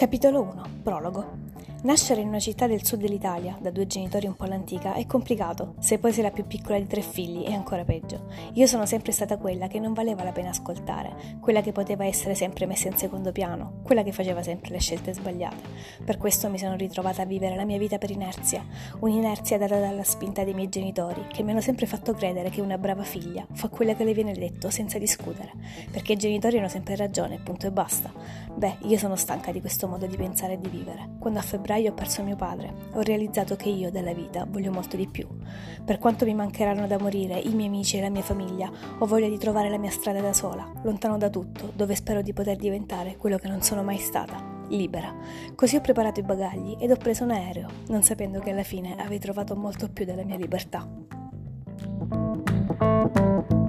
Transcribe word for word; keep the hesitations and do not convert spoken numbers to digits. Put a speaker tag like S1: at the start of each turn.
S1: Capitolo uno. Prologo. Nascere in una città del sud dell'Italia, da due genitori un po' all'antica, è complicato. Se poi sei la più piccola di tre figli, è ancora peggio. Io sono sempre stata quella che non valeva la pena ascoltare, quella che poteva essere sempre messa in secondo piano, quella che faceva sempre le scelte sbagliate. Per questo mi sono ritrovata a vivere la mia vita per inerzia, un'inerzia data dalla spinta dei miei genitori, che mi hanno sempre fatto credere che una brava figlia fa quello che le viene detto senza discutere, perché i genitori hanno sempre ragione, punto e basta. Beh, io sono stanca di questo modo di pensare e di vivere. Quando a febbraio ho perso mio padre, ho realizzato che io della vita voglio molto di più. Per quanto mi mancheranno da morire i miei amici e la mia famiglia, ho voglia di trovare la mia strada da sola, lontano da tutto, dove spero di poter diventare quello che non sono mai stata, libera. Così ho preparato i bagagli ed ho preso un aereo, non sapendo che alla fine avrei trovato molto più della mia libertà.